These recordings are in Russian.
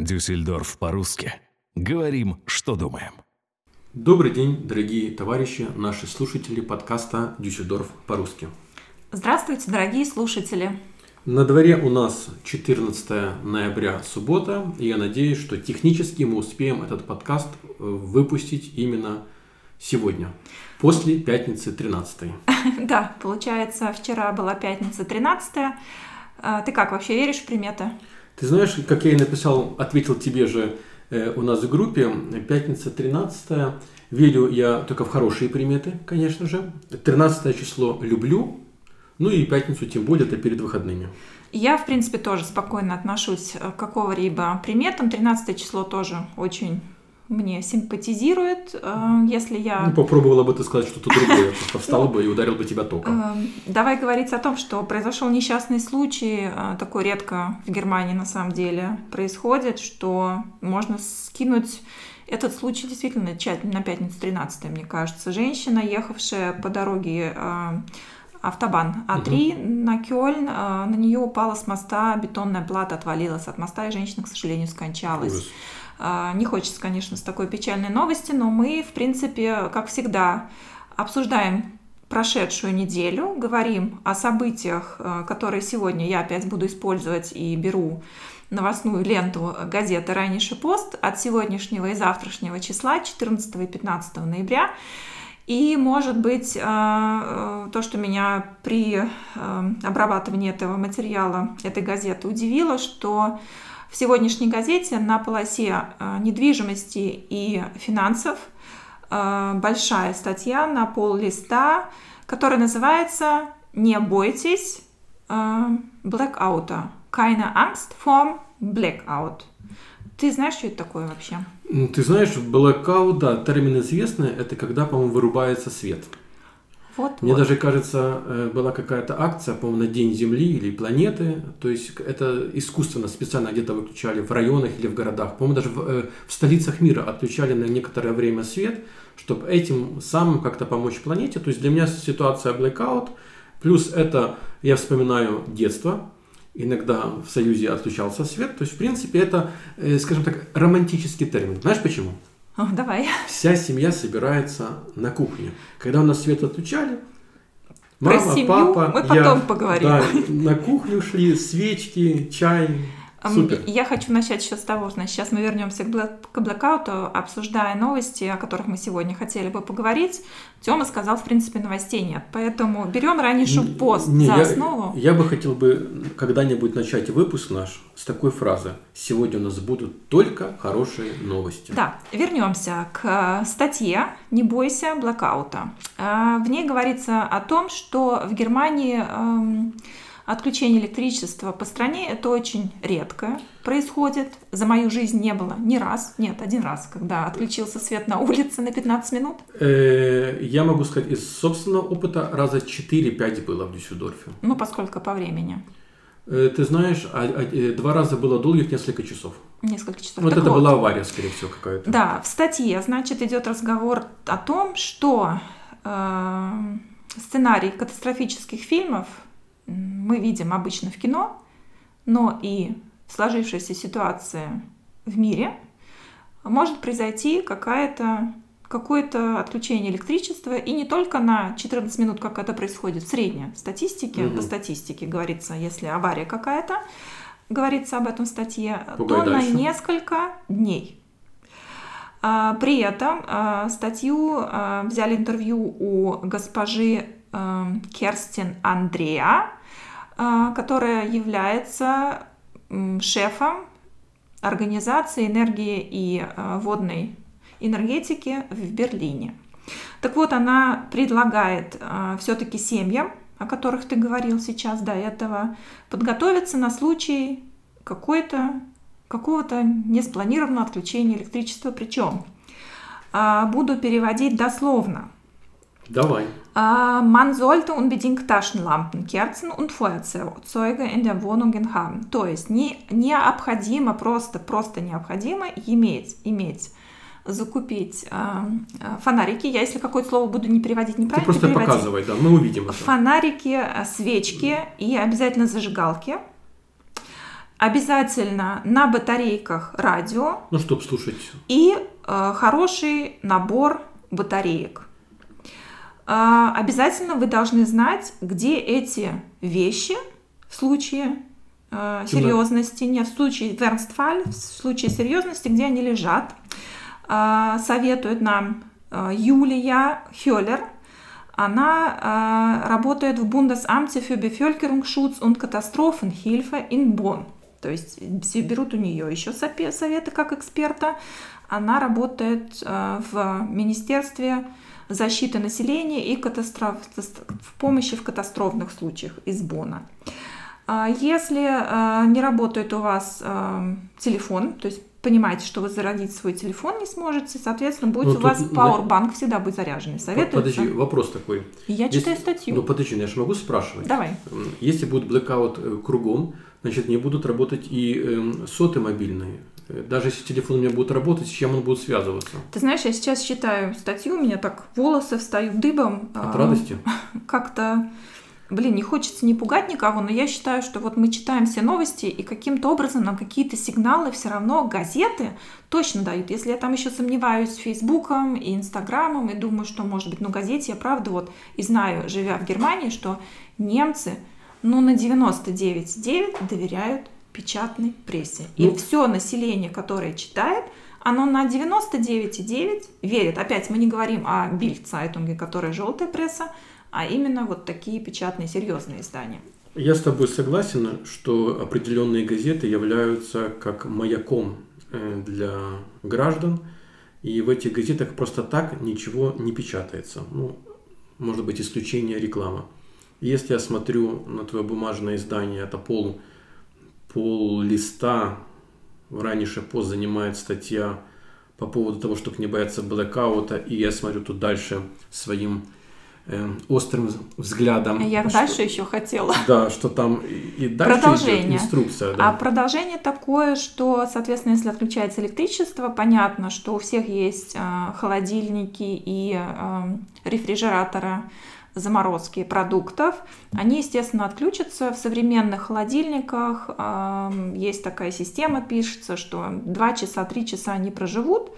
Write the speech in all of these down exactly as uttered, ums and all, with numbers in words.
Дюссельдорф по-русски. Говорим, что думаем. Добрый день, дорогие товарищи, наши слушатели подкаста «Дюссельдорф по-русски». Здравствуйте, дорогие слушатели. На дворе у нас четырнадцатое ноября, суббота, и я надеюсь, что технически мы успеем этот подкаст выпустить именно сегодня, после пятницы тринадцатой. Да, получается, вчера была пятница тринадцатая. Ты как, вообще веришь в приметы? Ты знаешь, как я и написал, ответил тебе же э, у нас в группе, пятница тринадцатая, верю я только в хорошие приметы, конечно же. тринадцатое число люблю, ну и пятницу тем более, это перед выходными. Я, в принципе, тоже спокойно отношусь к какого-либо приметам. тринадцатое число тоже очень мне симпатизирует. Если я... Ну, попробовала бы ты сказать что-то другое, просто встала бы и ударил бы тебя током. Давай говорить о том, что произошел несчастный случай, такой редко в Германии на самом деле происходит, что можно скинуть этот случай действительно на пятницу тринадцатое, мне кажется. Женщина, ехавшая по дороге автобан А три угу. на Кёльн, на нее упала с моста бетонная плата, отвалилась от моста, и женщина, к сожалению, скончалась. Ужас. Не хочется, конечно, с такой печальной новости, но мы, в принципе, как всегда, обсуждаем прошедшую неделю, говорим о событиях, которые сегодня я опять буду использовать и беру новостную ленту газеты «Райниши Пост» от сегодняшнего и завтрашнего числа, четырнадцатого и пятнадцатого ноября. И, может быть, то, что меня при обрабатывании этого материала, этой газеты удивило, что в сегодняшней газете на полосе недвижимости и финансов большая статья на пол-листа, которая называется «Не бойтесь блэкаута. Keine Angst vorm Blackout». Ты знаешь, что это такое вообще? Ты знаешь, blackout, да, термин известный, это когда, по-моему, вырубается свет. Вот, Мне вот. даже кажется, была какая-то акция, по-моему, на День Земли или планеты, то есть это искусственно, специально где-то выключали в районах или в городах, по-моему, даже в, в столицах мира отключали на некоторое время свет, чтобы этим самым как-то помочь планете. То есть для меня ситуация blackout, плюс это, я вспоминаю детство, иногда в Союзе отключался свет, то есть в принципе это, скажем так, романтический термин. Знаешь почему? О, давай. Вся семья собирается на кухне. Когда у нас свет отключали, мама, Про семью папа, мы потом я, поговорим. Да, на кухню шли, свечки, чай. Супер. Я хочу начать еще с того, значит, сейчас мы вернемся к, блэк, к блэкауту, обсуждая новости, о которых мы сегодня хотели бы поговорить. Тёма сказал, в принципе, новостей нет, поэтому берем Райнишу Пост Не, за я, основу. Я бы хотел бы когда-нибудь начать выпуск наш с такой фразы: «Сегодня у нас будут только хорошие новости». Да, вернемся к статье «Не бойся блэкаута». В ней говорится о том, что в Германии отключение электричества по стране это очень редко происходит. За мою жизнь не было ни раз, нет, один раз, когда отключился свет на улице на пятнадцать минут. Я могу сказать из собственного опыта, раза четыре-пять было в Дюссельдорфе. Ну, поскольку по времени? Ты знаешь, два раза было долгих несколько часов. Несколько часов. Вот так это вот, была авария, скорее всего, какая-то. Да, в статье, значит, идет разговор о том, что э, сценарий катастрофических фильмов мы видим обычно в кино, но и в сложившейся ситуации в мире может произойти какая-то, какое-то отключение электричества, и не только на четырнадцать минут, как это происходит в средней статистике, угу. По статистике говорится, если авария какая-то, говорится об этом в статье, Пугай то дальше. На несколько дней. При этом статью взяли интервью у госпожи Керстин Андреа, которая является шефом организации энергии и водной энергетики в Берлине. Так вот, она предлагает все-таки семьям, о которых ты говорил сейчас до этого, подготовиться на случай какой-то, какого-то неспланированного отключения электричества. Причем буду переводить дословно. Давай. Man sollte unbedingt Taschenlampen, Kerzen und Feuerzeuge in der Wohnung haben. То есть не, необходимо, просто, просто необходимо иметь, иметь закупить э, фонарики. Я, если какое-то слово буду не переводить неправильно, ты просто переводи. Показывай, да, мы увидим это. Фонарики, свечки и обязательно зажигалки. Обязательно на батарейках радио. Ну, чтобы слушать. И э, хороший набор батареек. Э, обязательно вы должны знать, где эти вещи в случае э, серьезности, не в случае Ernstfall, в случае серьезности, где они лежат. Э, советует нам э, Юлия Хёллер. Она э, работает в Bundesamte für Bevölkerungsschutz und Katastrophenhilfe in Bonn. То есть берут у нее еще советы как эксперта. Она работает э, в Министерстве защиты населения и катастроф, в помощи в катастрофных случаях из Бонна. Э, если э, не работает у вас э, телефон, то есть понимаете, что вы зарядить свой телефон не сможете, соответственно, будет ну, у вас тут, пауэрбанк всегда будет заряженный. Советуется. Подожди, вопрос такой. Я если, читаю статью. Ну подожди, я же могу спрашивать. Давай. Если будет блэкаут кругом, значит, не будут работать и э, соты мобильные. Даже если телефон у меня будет работать, с чем он будет связываться? Ты знаешь, я сейчас читаю статью, у меня так волосы встают дыбом. От радости? Как-то, блин, не хочется не пугать никого, но я считаю, что вот мы читаем все новости, и каким-то образом нам какие-то сигналы все равно газеты точно дают. Если я там еще сомневаюсь Фейсбуком и Инстаграмом, и думаю, что, может быть, ну, газете я правда вот и знаю, живя в Германии, что немцы, ну, на девяносто девять целых девять десятых доверяют печатной прессе. И ну, все население, которое читает, оно на девяносто девять целых девять десятых верит. Опять мы не говорим о Bild-Zeitung, которая желтая пресса, а именно вот такие печатные серьезные издания. Я с тобой согласен, что определенные газеты являются как маяком для граждан, и в этих газетах просто так ничего не печатается. Ну, может быть, исключение реклама. Если я смотрю на твое бумажное издание, это пол, пол листа, в Rheinische Post занимает статья по поводу того, что не боятся блэкаута, и я смотрю тут дальше своим э, острым взглядом. Я что, дальше еще хотела. Да, что там и дальше продолжение. Идет инструкция. Да. А продолжение такое, что, соответственно, если отключается электричество, понятно, что у всех есть э, холодильники и э, рефрижераторы, заморозки продуктов, они, естественно, отключатся. В современных холодильниках э, есть такая система, пишется, что два часа, три часа они проживут,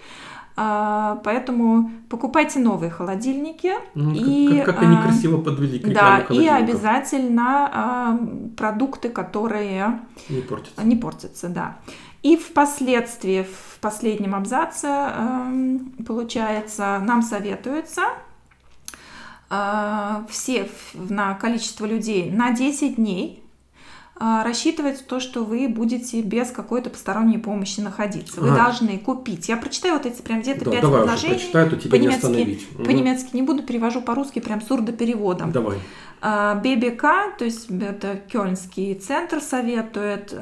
э, поэтому покупайте новые холодильники. Ну, и, как, как они красиво подвели к рекламе да, и обязательно э, продукты, которые не портятся. Не портятся, да. И впоследствии, в последнем абзаце, э, получается, нам советуется все на количество людей на десять дней рассчитывать то, что вы будете без какой-то посторонней помощи находиться. Вы а. должны купить. Я прочитаю вот эти прям где-то да, пять давай предложений. Уже прочитаю, то тебя не остановить. По-немецки угу. не буду, перевожу по-русски прям сурдопереводом. Давай. би би ка, то есть это Кёльнский центр, советует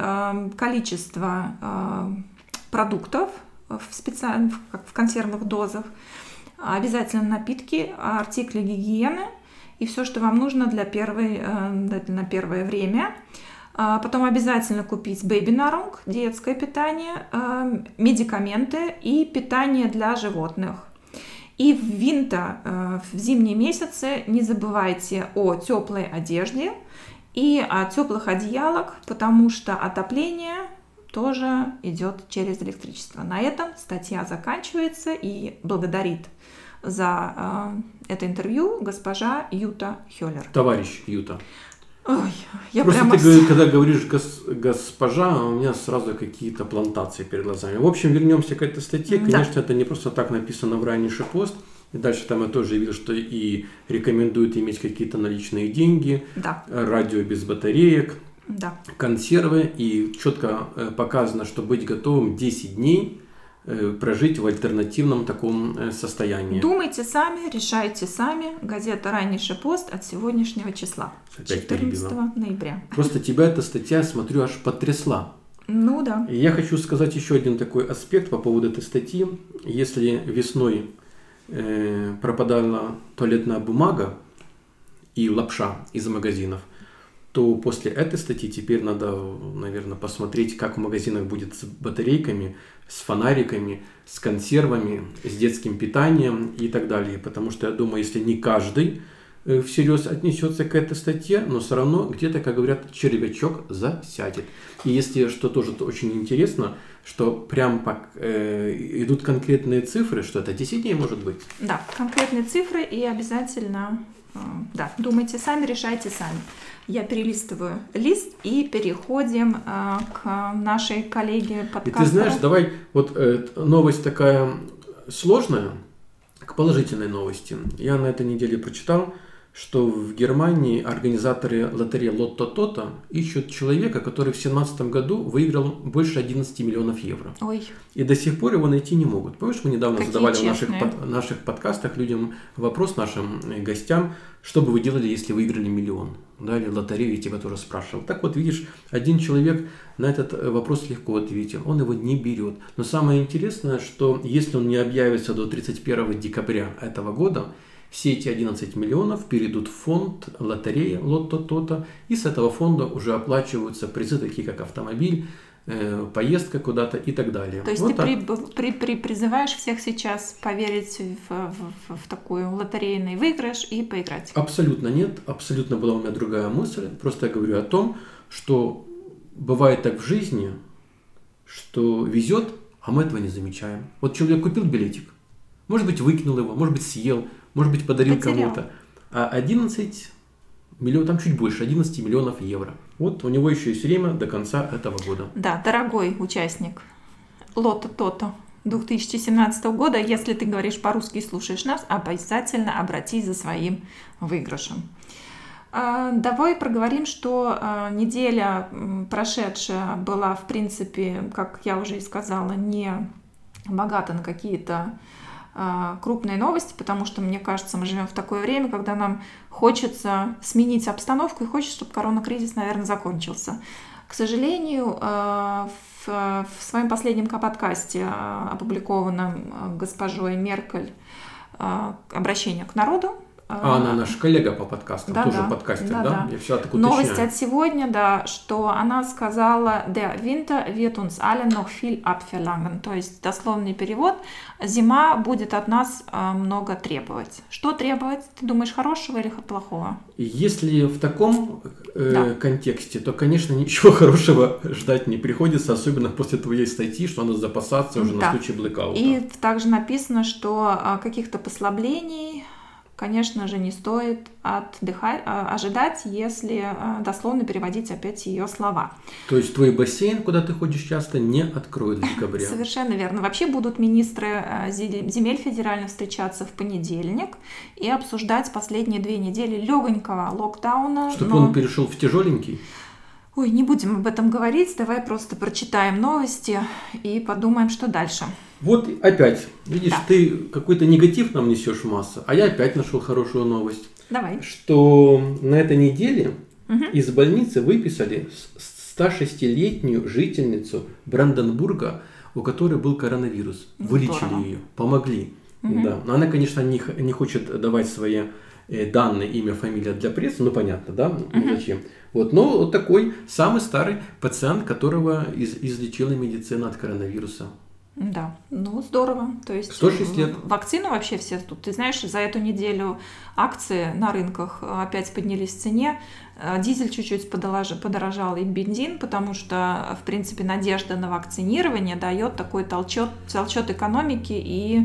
количество продуктов в специальных, как в консервных дозах, обязательно напитки, артикли гигиены и все, что вам нужно для первой, на первое время. Потом обязательно купить бэби-нарунг, детское питание, медикаменты и питание для животных. И в винта, в зимние месяцы не забывайте о теплой одежде и о теплых одеялах, потому что отопление тоже идет через электричество. На этом статья заканчивается, и благодарит за э, это интервью госпожа Юта Хёллер. Товарищ Юта. Ой, я Просто прямо... ты, когда говоришь гос, госпожа, у меня сразу какие-то плантации перед глазами. В общем, вернемся к этой статье. Конечно, да. Это не просто так написано в Rheinische Post. И дальше там я тоже видел, что и рекомендуют иметь какие-то наличные деньги, да. радио без батареек, да. консервы. И четко показано, что быть готовым десять дней прожить в альтернативном таком состоянии. Думайте сами, решайте сами. Газета Rheinische Post от сегодняшнего числа, четырнадцатого ноября. Просто тебя эта статья, смотрю, аж потрясла. Ну да. И я хочу сказать еще один такой аспект по поводу этой статьи. Если весной э, пропадала туалетная бумага и лапша из магазинов, то после этой статьи теперь надо, наверное, посмотреть, как в магазинах будет с батарейками, с фонариками, с консервами, с детским питанием и так далее. Потому что я думаю, если не каждый э, всерьез отнесется к этой статье, но все равно где-то, как говорят, червячок засядет. И если что тоже очень интересно, что прям по, э, идут конкретные цифры, что это десять дней может быть. Да, конкретные цифры и обязательно, э, да, думайте сами, решайте сами. Я перелистываю лист и переходим э, к нашей коллеге подкаста. И ты знаешь, давай, вот э, новость такая сложная, к положительной новости. Я на этой неделе прочитал, что в Германии организаторы лотереи Лотто-Тото ищут человека, который в две тысячи семнадцатом году выиграл больше одиннадцати миллионов евро. Ой. И до сих пор его найти не могут. Помнишь, мы недавно Какие задавали в честные. наших, под, наших подкастах людям вопрос, нашим гостям, что бы вы делали, если выиграли миллион? Да, или лотерею, я тебя тоже спрашивал. Так вот, видишь, один человек на этот вопрос легко ответил. Он его не берет. Но самое интересное, что если он не объявится до тридцать первого декабря этого года, все эти одиннадцать миллионов перейдут в фонд лотереи Лотто-Тото, и с этого фонда уже оплачиваются призы, такие как автомобиль, э, поездка куда-то и так далее. То есть вот ты при, при, при, призываешь всех сейчас поверить в, в, в такой лотерейный выигрыш и поиграть? Абсолютно нет, абсолютно была у меня другая мысль. Просто я говорю о том, что бывает так в жизни, что везет, а мы этого не замечаем. Вот человек купил билетик, может быть, выкинул его, может быть, съел, может быть, подарил Потерял. кому-то. А одиннадцать миллионов, там чуть больше, одиннадцать миллионов евро. Вот у него еще есть время до конца этого года. Да, дорогой участник Лотто-Тото две тысячи семнадцатого года, если ты говоришь по-русски и слушаешь нас, обязательно обратись за своим выигрышем. А, давай проговорим, что а, неделя м, прошедшая была, в принципе, как я уже и сказала, не богата на какие-то а, крупные новости, потому что, мне кажется, мы живем в такое время, когда нам хочется сменить обстановку и хочется, чтобы коронакризис, наверное, закончился. К сожалению, а, в, в своем последнем подкасте, а, опубликованном госпожой Меркель, а, обращение к народу. А она наш коллега по подкастам, да, тоже да, подкастер, да? да? да. Я всегда так Новость уточняю. от сегодня, да, что она сказала: «Der Winter wird uns alle noch viel abverlangen». То есть дословный перевод: «Зима будет от нас э, много требовать». Что требовать? Ты думаешь, хорошего или плохого? Если в таком э, Да. контексте, то, конечно, ничего хорошего ждать не приходится, особенно после твоей статьи, что надо запасаться уже Да. на случай блэкаута. И также написано, что э, каких-то послаблений, конечно же, не стоит отдыхать, ожидать, если дословно переводить опять ее слова. То есть твой бассейн, куда ты ходишь часто, не откроют в декабре. Совершенно верно. Вообще будут министры земель федеральных встречаться в понедельник и обсуждать последние две недели легонького локдауна. Чтобы но... он перешел в тяжеленький. Ой, не будем об этом говорить, давай просто прочитаем новости и подумаем, что дальше. Вот опять, видишь, Да. ты какой-то негатив нам несешь в массу, а я опять нашел хорошую новость. Давай. Что на этой неделе Угу. из больницы выписали ста шестилетнюю жительницу Бранденбурга, у которой был коронавирус. Вылечили Здорово. ее, помогли. Мгм. Да. Но она, конечно, не, х- не хочет давать свои э, данные, имя, фамилия для прессы, ну понятно, да, ну, Мгм. зачем. Вот, но вот такой самый старый пациент, которого из- излечила медицина от коронавируса. Да, ну здорово. То есть сто шесть лет. вакцину вообще все тут. Ты знаешь, за эту неделю акции на рынках опять поднялись в цене. Дизель чуть-чуть подорожал, подорожал и бензин, потому что, в принципе, надежда на вакцинирование дает такой толчок, толчок экономики и...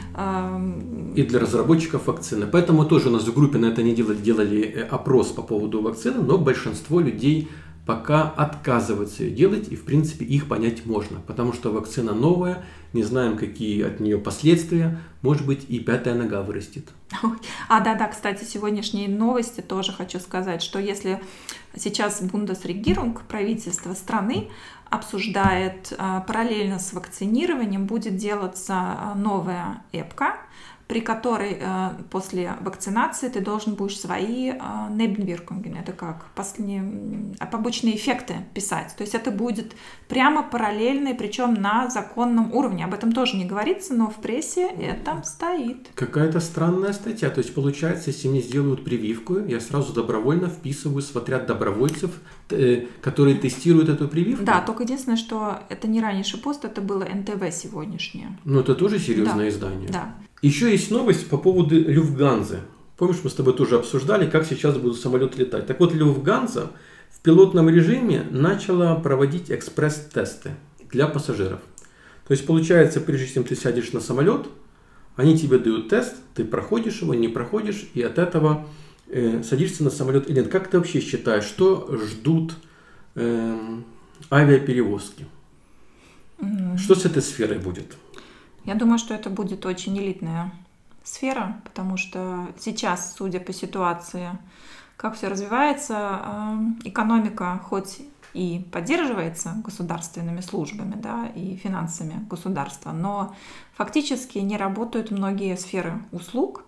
эм, И для разработчиков вакцины. Поэтому тоже у нас в группе на этой неделе делали э, опрос по поводу вакцины, но большинство людей пока отказываются ее делать, и в принципе их понять можно, потому что вакцина новая, не знаем, какие от нее последствия, может быть и пятая нога вырастет. Ой. А, да-да, кстати, сегодняшние новости тоже хочу сказать, что если сейчас Бундесрегierung, правительство страны, обсуждает а, параллельно с вакцинированием, будет делаться а, новая эпка, при которой э, после вакцинации ты должен будешь свои э, Nebenwirkungen, это как последние, м, побочные эффекты писать. То есть это будет прямо параллельно, и причем на законном уровне. Об этом тоже не говорится, но в прессе это стоит. Какая-то странная статья. То есть получается, если мне сделают прививку, я сразу добровольно вписываюсь в отряд добровольцев, э, которые тестируют эту прививку. Да, только единственное, что это не ранейший пост, это было эн тэ вэ сегодняшнее. Но это тоже серьезное Да. издание. Да. Еще есть новость по поводу Люфтганзы. Помнишь, мы с тобой тоже обсуждали, как сейчас будут самолеты летать. Так вот, Люфтганза в пилотном режиме начала проводить экспресс-тесты для пассажиров. То есть, получается, прежде чем ты сядешь на самолет, они тебе дают тест, ты проходишь его, не проходишь, и от этого э, садишься на самолет или нет. Как ты вообще считаешь, что ждут э, авиаперевозки? Mm-hmm. Что с этой сферой будет? Я думаю, что это будет очень элитная сфера, потому что сейчас, судя по ситуации, как все развивается, экономика хоть и поддерживается государственными службами, да, и финансами государства, но фактически не работают многие сферы услуг.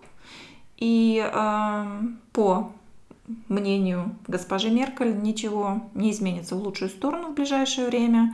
И э, по мнению госпожи Меркель, ничего не изменится в лучшую сторону в ближайшее время.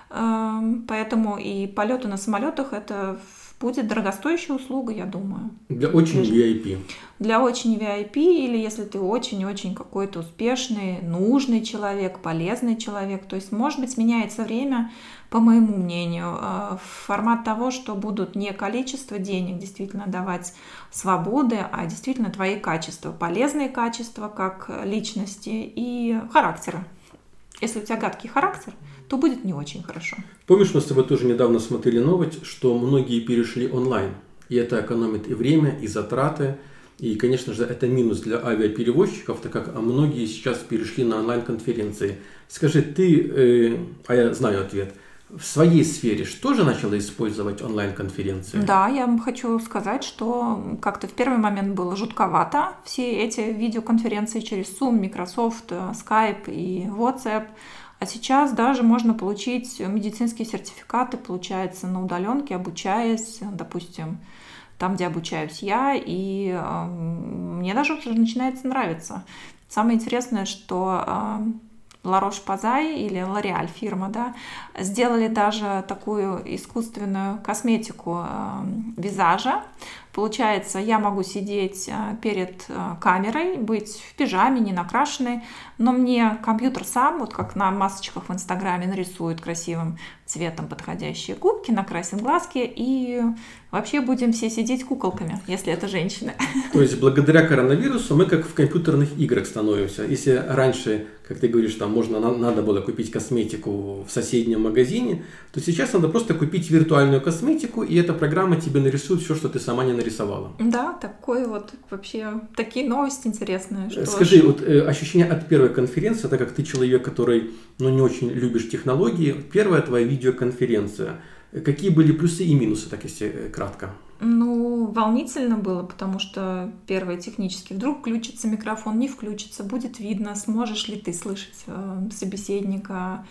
Э, поэтому и полеты на самолетах — это будет дорогостоящая услуга, я думаю. Для очень ви ай пи. Для очень ви ай пи, или если ты очень-очень какой-то успешный, нужный человек, полезный человек. То есть, может быть, меняется время, по моему мнению, в формат того, что будут не количество денег действительно давать свободы, а действительно твои качества, полезные качества как личности и характера. Если у тебя гадкий характер, то будет не очень хорошо. Помнишь, мы с тобой тоже недавно смотрели новость, что многие перешли онлайн. И это экономит и время, и затраты. И, конечно же, это минус для авиаперевозчиков, так как многие сейчас перешли на онлайн-конференции. Скажи, ты, э, а я знаю ответ, в своей сфере что же начала использовать онлайн-конференции? Да, я хочу сказать, что как-то в первый момент было жутковато. Все эти видеоконференции через Zoom, Microsoft, Skype и WhatsApp. А сейчас даже можно получить медицинские сертификаты, получается, на удаленке, обучаясь, допустим, там, где обучаюсь я, и э, мне даже уже начинает нравиться. Самое интересное, что э, La Roche-Posay или L'Oréal фирма, да, сделали даже такую искусственную косметику э, визажа. Получается, я могу сидеть э, перед э, камерой, быть в пижаме, не накрашенной, но мне компьютер сам, вот как на масочках в Инстаграме, нарисует красивым цветом подходящие губки, накрасит глазки, и вообще будем все сидеть куколками, если это женщины. То есть благодаря коронавирусу мы как в компьютерных играх становимся. Если раньше, как ты говоришь, там можно, надо было купить косметику в соседнем магазине, то сейчас надо просто купить виртуальную косметику, и эта программа тебе нарисует все, что ты сама не нарисовала. Да, такой вот вообще, такие новости интересные. Что Скажи, ж... вот э, ощущение от первой конференции, так как ты человек, который, ну, не очень любишь технологии, первая твоя видеоконференция, какие были плюсы и минусы, так если э, кратко? Ну, волнительно было, потому что первое технически. Вдруг включится микрофон, не включится, будет видно, сможешь ли ты слышать э, собеседника.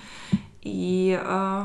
И э,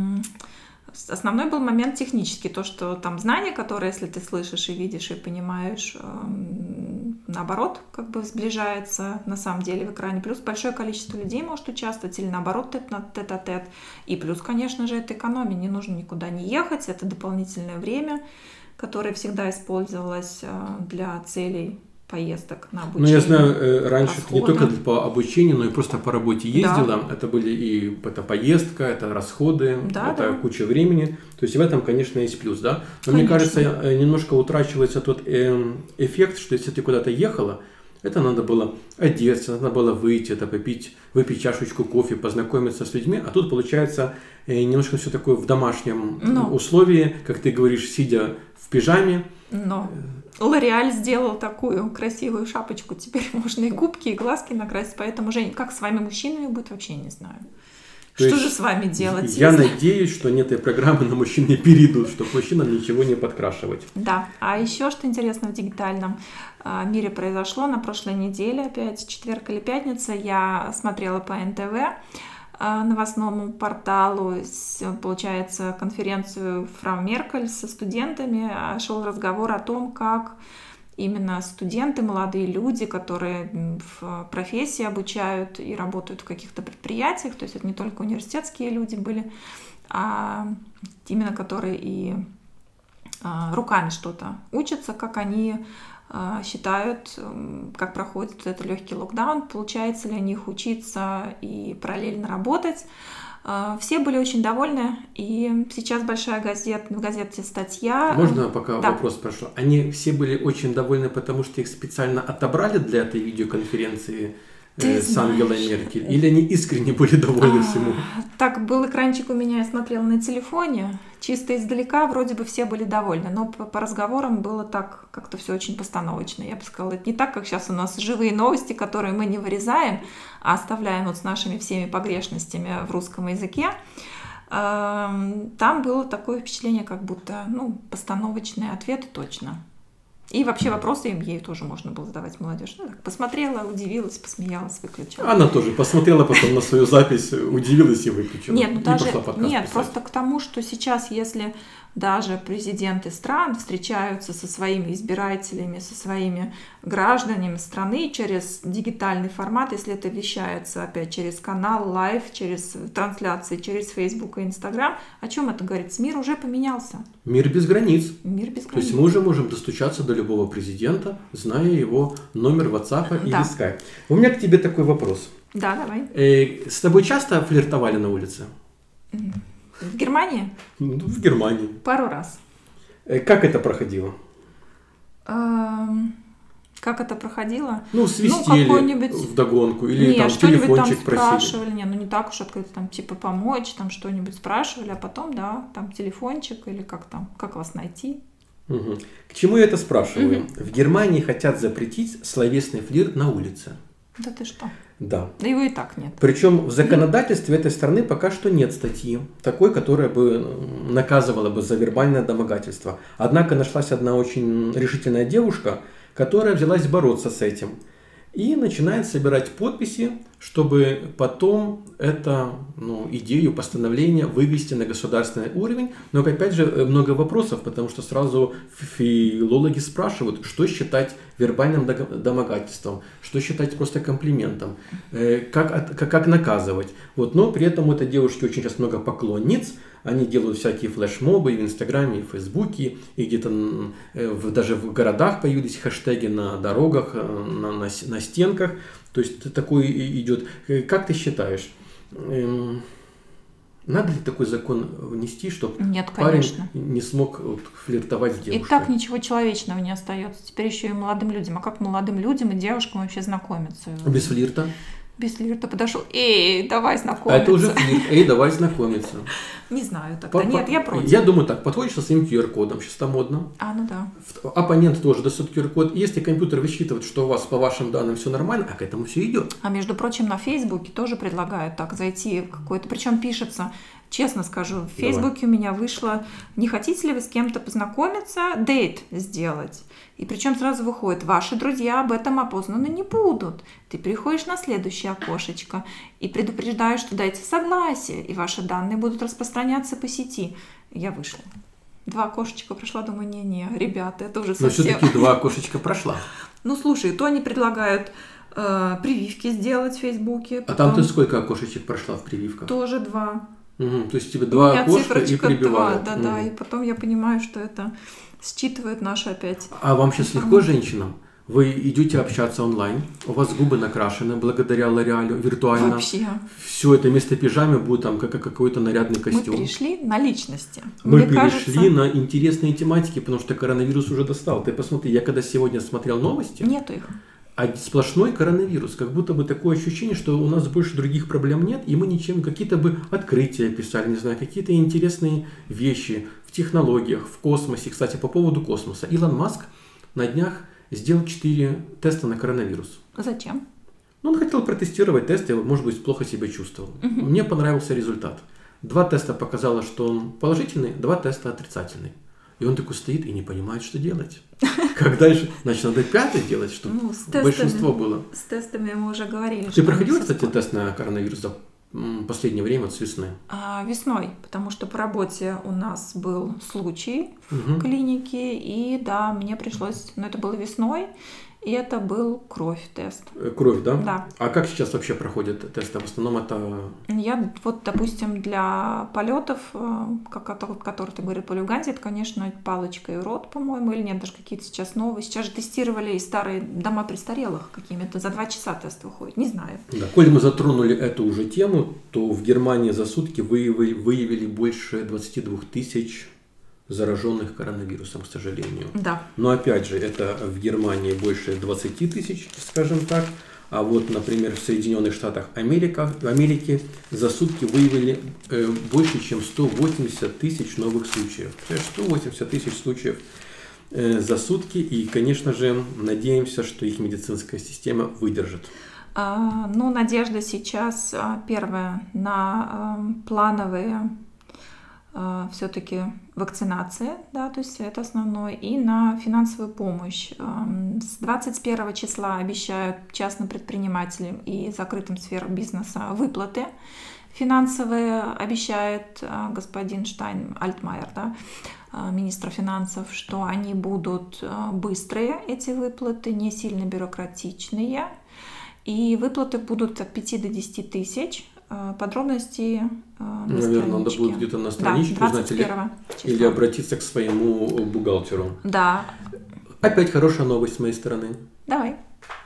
основной был момент технический, то, что там знания, которые, если ты слышишь и видишь, и понимаешь, э, наоборот, как бы сближается на самом деле в экране. Плюс большое количество людей может участвовать, или наоборот тет-а-тет. И плюс, конечно же, это экономия, не нужно никуда не ехать, это дополнительное время, которое всегда использовалось для целей поездок на обучение. Ну, я знаю, раньше расходы. ты не только по обучению, но и просто по работе ездила. Да. Это были и это поездка, это расходы, да, это да. куча времени. То есть в этом, конечно, есть плюс, да? Но Конечно. мне кажется, немножко утрачивается тот эффект, что если ты куда-то ехала, это надо было одеться, надо было выйти, это попить, выпить чашечку кофе, познакомиться с людьми. А тут получается немножко все такое в домашнем но. условии, как ты говоришь, сидя в пижаме. Но L'Oréal сделал такую красивую шапочку, теперь можно и губки, и глазки накрасить. Поэтому, Жень, как с вами мужчинами будет, вообще не знаю. То что есть же с вами делать? Я если... надеюсь, что нет этой программы на мужчин не перейдут, чтобы мужчинам ничего не подкрашивать. Да, а еще что интересно в дигитальном мире произошло на прошлой неделе, опять четверг или пятница, я смотрела по эн тэ вэ, новостному порталу, получается, конференцию фрау Меркель со студентами, шел разговор о том, как именно студенты, молодые люди, которые в профессии обучают и работают в каких-то предприятиях, то есть это не только университетские люди были, а именно которые и руками что-то учатся, как они считают, как проходит этот легкий локдаун, получается ли у них учиться и параллельно работать. Все были очень довольны, и сейчас большая газета, в газете статья. Можно пока да. вопрос спрошу? Они все были очень довольны, потому что их специально отобрали для этой видеоконференции э, с Ангелой Меркель? Или они искренне были довольны а, всему? Так, был экранчик у меня, я смотрела на телефоне. Чисто издалека вроде бы все были довольны, но по, по разговорам было так, как-то все очень постановочно. Я бы сказала, это не так, как сейчас у нас живые новости, которые мы не вырезаем, а оставляем вот с нашими всеми погрешностями в русском языке. Там было такое впечатление, как будто, ну, постановочные ответы точно. И вообще вопросы им ей тоже можно было задавать молодежь. Ну, так, посмотрела, удивилась, посмеялась, выключила. Она тоже посмотрела потом на свою запись, удивилась и выключила. Нет, ну даже нет, писать. Просто к тому, что сейчас, если даже президенты стран встречаются со своими избирателями, со своими гражданами страны через дигитальный формат, если это вещается опять через канал, лайв, через трансляции, через Facebook и Instagram, о чем это говорит? Мир уже поменялся. Мир без границ. Мир без границ. То есть мы уже можем достучаться до любого президента, зная его номер WhatsApp или да. Skype. У меня к тебе такой вопрос. Да, давай. Э, с тобой часто флиртовали на улице? В Германии? Ну, в Германии. Пару раз. Э, как это проходило? Эм, как это проходило? Ну, свистели ну, вдогонку или не, там что-нибудь телефончик там просили? спрашивали. Не, ну не так уж открыто, там типа помочь, там что-нибудь спрашивали, а потом, да, там телефончик или как там, как вас найти. Угу. К чему я это спрашиваю? Угу. В Германии хотят запретить словесный флирт на улице. Да ты что? Да. Да его и так нет. Причем в законодательстве этой страны пока что нет статьи такой, которая бы наказывала бы за вербальное домогательство. Однако нашлась одна очень решительная девушка, которая взялась бороться с этим. И начинает собирать подписи, чтобы потом эту ну, идею постановления вывести на государственный уровень. Но, опять же, много вопросов, потому что сразу филологи спрашивают, что считать вербальным домогательством, что считать просто комплиментом, как, как, как наказывать. Вот. Но при этом у этой девушки очень сейчас много поклонниц. Они делают всякие флешмобы и в Инстаграме, и в Фейсбуке, и где-то в, даже в городах появились хэштеги на дорогах, на, на, на стенках. То есть такой идет. Как ты считаешь, эм, надо ли такой закон внести, чтобы Нет, парень конечно. не смог вот, флиртовать с девушкой? И так ничего человечного не остается. Теперь еще и молодым людям. А как молодым людям и девушкам вообще знакомиться? Без флирта? Без флирта подошел. Эй, давай знакомиться. А это уже флирт. Эй, давай знакомиться. Не знаю тогда. Нет, я против. Я думаю так, подходишь со своим ку ар кодом, сейчас там модно. А, ну да. Оппонент тоже достает ку ар код. Если компьютер высчитывает, что у вас по вашим данным все нормально, а к этому все идет. А между прочим, на Фейсбуке тоже предлагают так зайти в какой-то, причем пишется, честно скажу, в Фейсбуке Давай. У меня вышло, не хотите ли вы с кем-то познакомиться, дейт сделать. И причем сразу выходит, ваши друзья об этом опознаны не будут. Ты переходишь на следующее окошечко и предупреждаешь, что дайте согласие, и ваши данные будут распространяться по сети. Я вышла. Два окошечка прошла, думаю, не-не, ребята, это уже совсем... Но все-таки два окошечка прошла. Ну, слушай, то они предлагают э, прививки сделать в Фейсбуке. А там ты сколько окошечек прошла в прививках? Тоже два. Угу, то есть тебе два окошка и прибивают. Да, угу. да, и потом я понимаю, что это считывает наши опять. А вам сейчас легко, женщинам? Вы идете общаться онлайн, у вас губы накрашены благодаря Лореалю виртуально. Вообще. Все это вместо пижамы будет там как какой-то нарядный костюм. Мы перешли на личности. Мы Мне перешли кажется... на интересные тематики, потому что коронавирус уже достал. Ты посмотри, я когда сегодня смотрел новости... Нету их. А сплошной коронавирус. Как будто бы такое ощущение, что у нас больше других проблем нет, и мы ничем, какие-то бы открытия писали, не знаю, какие-то интересные вещи в технологиях, в космосе. Кстати, по поводу космоса. Илон Маск на днях сделал четыре теста на коронавирус. Зачем? Ну, он хотел протестировать тест, и, может быть, плохо себя чувствовал. Угу. Мне понравился результат. Два теста показало, что он положительный, два теста отрицательный. И он такой стоит и не понимает, что делать. Как дальше? Значит, надо пятый делать, чтобы ну, тестами, большинство было. С тестами мы уже говорили. Ты проходила, кстати, тест на коронавирус за последнее время, с весны? А, весной, потому что по работе у нас был случай угу. в клинике, и да, мне пришлось, но это было весной, И это был кровь-тест. Кровь, да? Да. А как сейчас вообще проходят тесты? В основном это... Я вот, допустим, для полетов, как который ты говорил по Люфтганзе, это, конечно, палочка и рот, по-моему, или нет, даже какие-то сейчас новые. Сейчас же тестировали и старые дома престарелых какими-то. За два часа тест выходит. Не знаю. Да. Коль мы затронули эту уже тему, то в Германии за сутки выявили, выявили больше двадцать два тысяч зараженных коронавирусом, к сожалению. Да. Но опять же, это в Германии больше двадцать тысяч, скажем так. А вот, например, в Соединенных Штатах Америка, в Америке за сутки выявили э, больше, чем сто восемьдесят тысяч новых случаев. сто восемьдесят тысяч случаев э, за сутки. И, конечно же, надеемся, что их медицинская система выдержит. А, ну, надежда сейчас, первое, на э, плановые все-таки вакцинации, да, то есть это основное, и на финансовую помощь. С двадцать первого числа обещают частным предпринимателям и закрытым сферам бизнеса выплаты финансовые, обещает господин Штайн Альтмайер, да, министр финансов, что они будут быстрые, эти выплаты, не сильно бюрократичные, и выплаты будут от пяти до десяти тысяч. Подробности на Наверное, надо будет где-то на страничке да, узнать или, или обратиться к своему бухгалтеру. Да. Опять хорошая новость с моей стороны. Давай.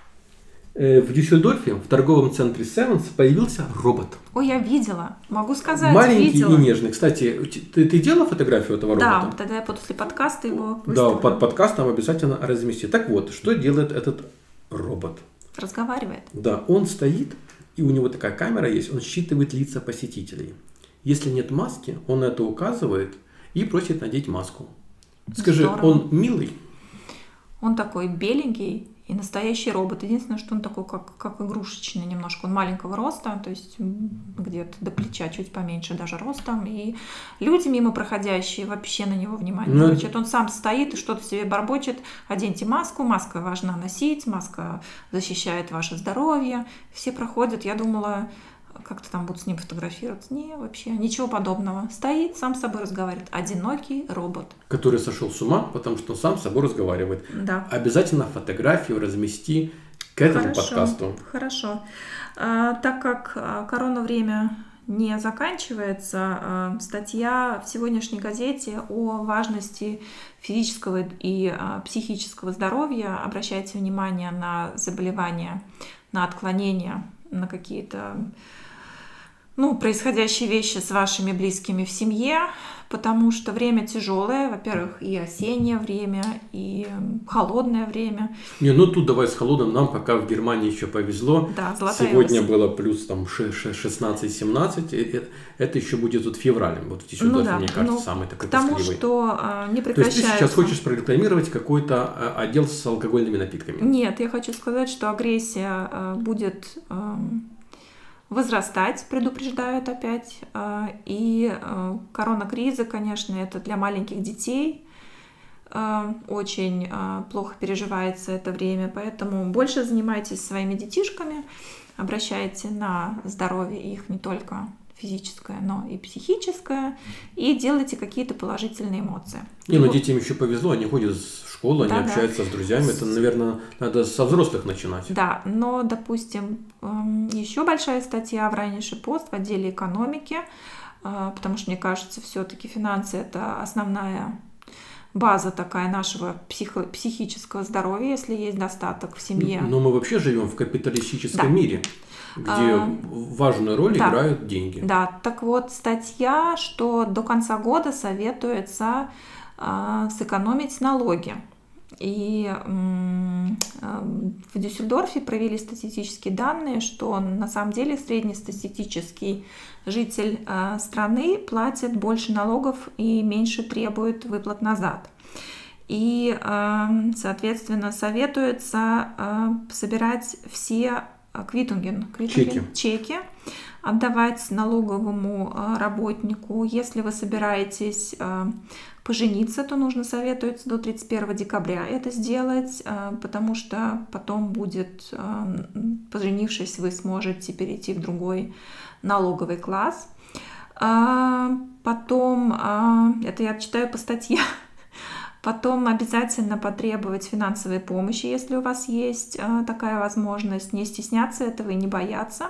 В Дюссельдорфе в торговом центре Севенс появился робот. Ой, я видела. Могу сказать, маленький видела. И нежный. Кстати, ты, ты делала фотографию этого робота? Да, тогда я после подкаста его выставлю. Да, под подкастом обязательно размести. Так вот, что делает этот робот? Разговаривает. Да, он стоит, и у него такая камера есть, он считывает лица посетителей. Если нет маски, он это указывает и просит надеть маску. Скажи, Здорово. Он милый? Он такой беленький и настоящий робот. Единственное, что он такой, как, как игрушечный немножко. Он маленького роста, то есть где-то до плеча, чуть поменьше даже ростом. И люди мимо проходящие вообще на него внимание не обращают. Он сам стоит и что-то себе бормочет. Оденьте маску, маска важна носить, маска защищает ваше здоровье. Все проходят, я думала, как-то там будут с ним фотографироваться. Не, вообще, ничего подобного. Стоит, сам с собой разговаривает. Одинокий робот. Который сошел с ума, потому что он сам с собой разговаривает. Да. Обязательно фотографию размести к этому Хорошо. подкасту. Хорошо. А, так как корона время не заканчивается, а, статья в сегодняшней газете о важности физического и а, психического здоровья. Обращайте внимание на заболевания, на отклонения, на какие-то ну, происходящие вещи с вашими близкими в семье, потому что время тяжелое, во-первых, и осеннее время, и холодное время. Не, ну тут давай с холодным, нам пока в Германии еще повезло. Да, золотая Сегодня осень. было плюс там шестнадцать-семнадцать, это еще будет вот февралем, вот в Дюссельдорфе, ну, да, мне кажется, ну, самый такой потому тоскливый. Что а, не прекращается. То есть ты сейчас хочешь прорекламировать какой-то а, отдел с алкогольными напитками? Нет, я хочу сказать, что агрессия а, будет а, возрастать, предупреждают опять. А, и а, коронакриза, конечно, это для маленьких детей а, очень а, плохо переживается это время, поэтому больше занимайтесь своими детишками, обращайте на здоровье их не только физическое, но и психическое, и делайте какие-то положительные эмоции. Не, ну детям еще повезло, они ходят в школу, они да, общаются да. с друзьями, это, наверное, надо со взрослых начинать. Да, но, допустим, еще большая статья в Rheinische Post в отделе экономики, потому что, мне кажется, все-таки финансы – это основная база такая нашего психо- психического здоровья, если есть достаток в семье. Но мы вообще живем в капиталистическом да. мире, где а, важную роль да. играют деньги. Да, так вот, статья, что до конца года советуется а, сэкономить налоги. И м- в Дюссельдорфе провели статистические данные, что на самом деле среднестатистический житель а, страны платит больше налогов и меньше требует выплат назад. И, а, соответственно, советуется а, собирать все квитунген, чеки. чеки, отдавать налоговому работнику. Если вы собираетесь пожениться, то нужно советуется до тридцать первого декабря это сделать, потому что потом будет, поженившись, вы сможете перейти в другой налоговый класс. Потом, это я читаю по статье, Потом обязательно потребовать финансовой помощи, если у вас есть э, такая возможность, не стесняться этого и не бояться.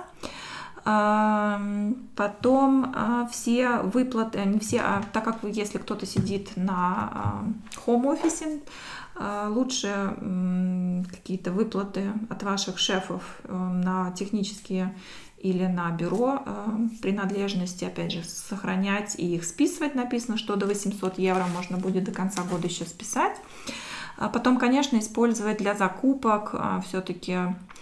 Потом все выплаты, не все, а так как вы, если кто-то сидит на хоум-офисе, лучше какие-то выплаты от ваших шефов на технические или на бюро принадлежности, опять же, сохранять и их списывать. Написано, что до восемьсот евро можно будет до конца года еще списать. А потом, конечно, использовать для закупок все-таки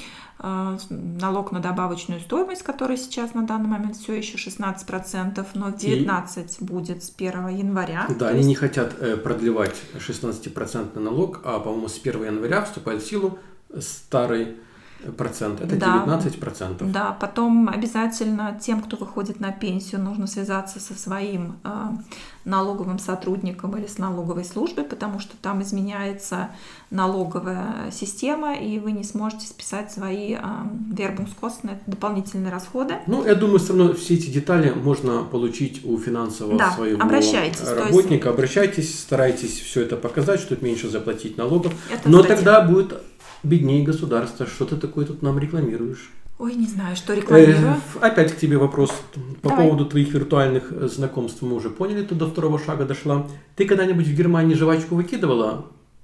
налог на добавочную стоимость, который сейчас на данный момент все еще шестнадцать процентов, но девятнадцать процентов будет с первого января. Да, они есть... не хотят продлевать шестнадцать процентов налог, а, по-моему, с первого января вступает в силу старый процент. Это да, девятнадцать процентов. Да, потом обязательно тем, кто выходит на пенсию, нужно связаться со своим э, налоговым сотрудником или с налоговой службой, потому что там изменяется налоговая система, и вы не сможете списать свои э, вербungskosten, дополнительные расходы. Ну, я думаю, все равно все эти детали можно получить у финансового да, своего обращайтесь, работника. Есть... Обращайтесь, старайтесь все это показать, чтобы меньше заплатить налогов. Это, Но кстати... тогда будет... беднее государство. Что ты такое тут нам рекламируешь? Ой, не знаю, что рекламирую. Э, опять к тебе вопрос по Давай. поводу твоих виртуальных знакомств. Мы уже поняли, ты до второго шага дошла. Ты когда-нибудь в Германии жвачку выкидывала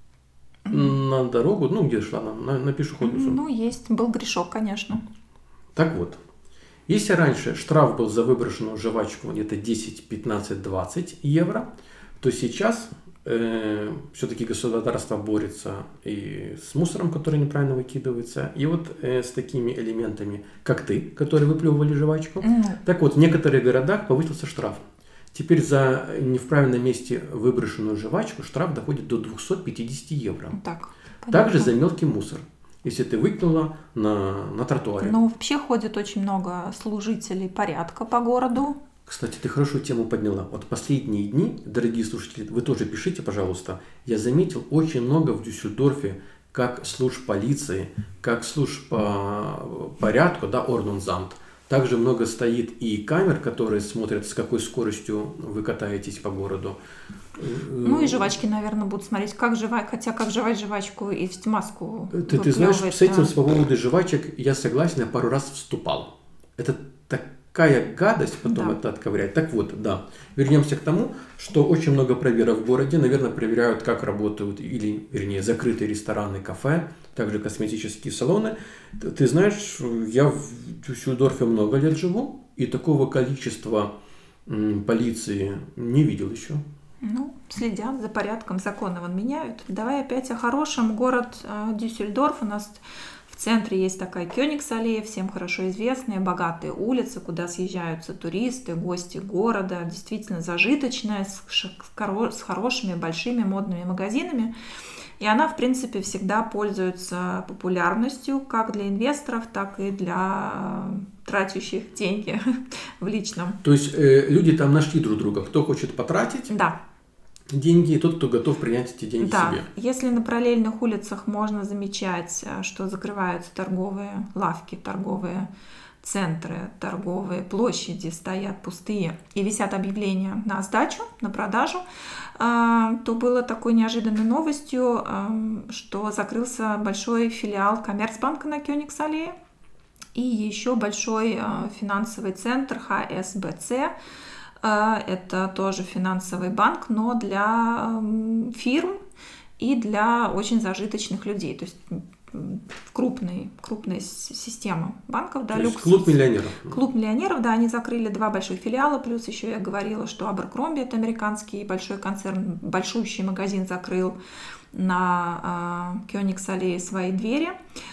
mm. на дорогу? Ну, где шла она? На, на пешеходную зону? Ну, есть. Был грешок, конечно. Так вот. Если раньше штраф был за выброшенную жвачку где-то десять, пятнадцать, двадцать евро, то сейчас... все-таки государство борется и с мусором, который неправильно выкидывается, и вот э, с такими элементами, как ты, которые выплевывали жвачку. Mm. Так вот, в некоторых городах повысился штраф. Теперь за не в правильном месте выброшенную жвачку штраф доходит до двести пятьдесят евро. Так, также за мелкий мусор, если ты выкинула на, на тротуаре. Но вообще ходит очень много служителей порядка по городу. Кстати, ты хорошую тему подняла. Вот последние дни, дорогие слушатели, вы тоже пишите, пожалуйста. Я заметил очень много в Дюссельдорфе как служб полиции, как служб по порядку, да, Ordnungsamt. Также много стоит и камер, которые смотрят, с какой скоростью вы катаетесь по городу. Ну и жвачки, наверное, будут смотреть, как жевать, хотя как жевать жвачку и в маску. Ты, ты знаешь, с этим, с по поводу жвачек, я согласен, я пару раз вступал. Это так какая гадость потом да. это отковырять. Так вот, да. Вернемся к тому, что очень много проверок в городе. Наверное, проверяют, как работают, или, вернее, закрытые рестораны, кафе, также косметические салоны. Ты, ты знаешь, я в Дюссельдорфе много лет живу, и такого количества м, полиции не видел еще. Ну, следят за порядком, законы вон меняют. Давай опять о хорошем. Город э, Дюссельдорф у нас... В центре есть такая Кёнигс-аллея, всем хорошо известная, богатые улицы, куда съезжаются туристы, гости города, действительно зажиточная, с, с хорошими, большими модными магазинами. И она, в принципе, всегда пользуется популярностью как для инвесторов, так и для тратящих деньги в личном. То есть э, люди там нашли друг друга, кто хочет потратить? Да. Деньги, и тот, кто готов принять эти деньги да. себе. Если на параллельных улицах можно замечать, что закрываются торговые лавки, торговые центры, торговые площади стоят пустые и висят объявления на сдачу, на продажу, то было такой неожиданной новостью, что закрылся большой филиал Коммерцбанка на Кёнигс-аллее и еще большой финансовый центр ха эс бэ цэ. Это тоже финансовый банк, но для фирм и для очень зажиточных людей. То есть крупные, крупная система банков. Да, люкс. Клуб миллионеров. Клуб миллионеров, да, они закрыли два больших филиала, плюс еще я говорила, что Abercrombie, это американский большой концерн, большущий магазин закрыл на Кёнигс-аллее свои двери.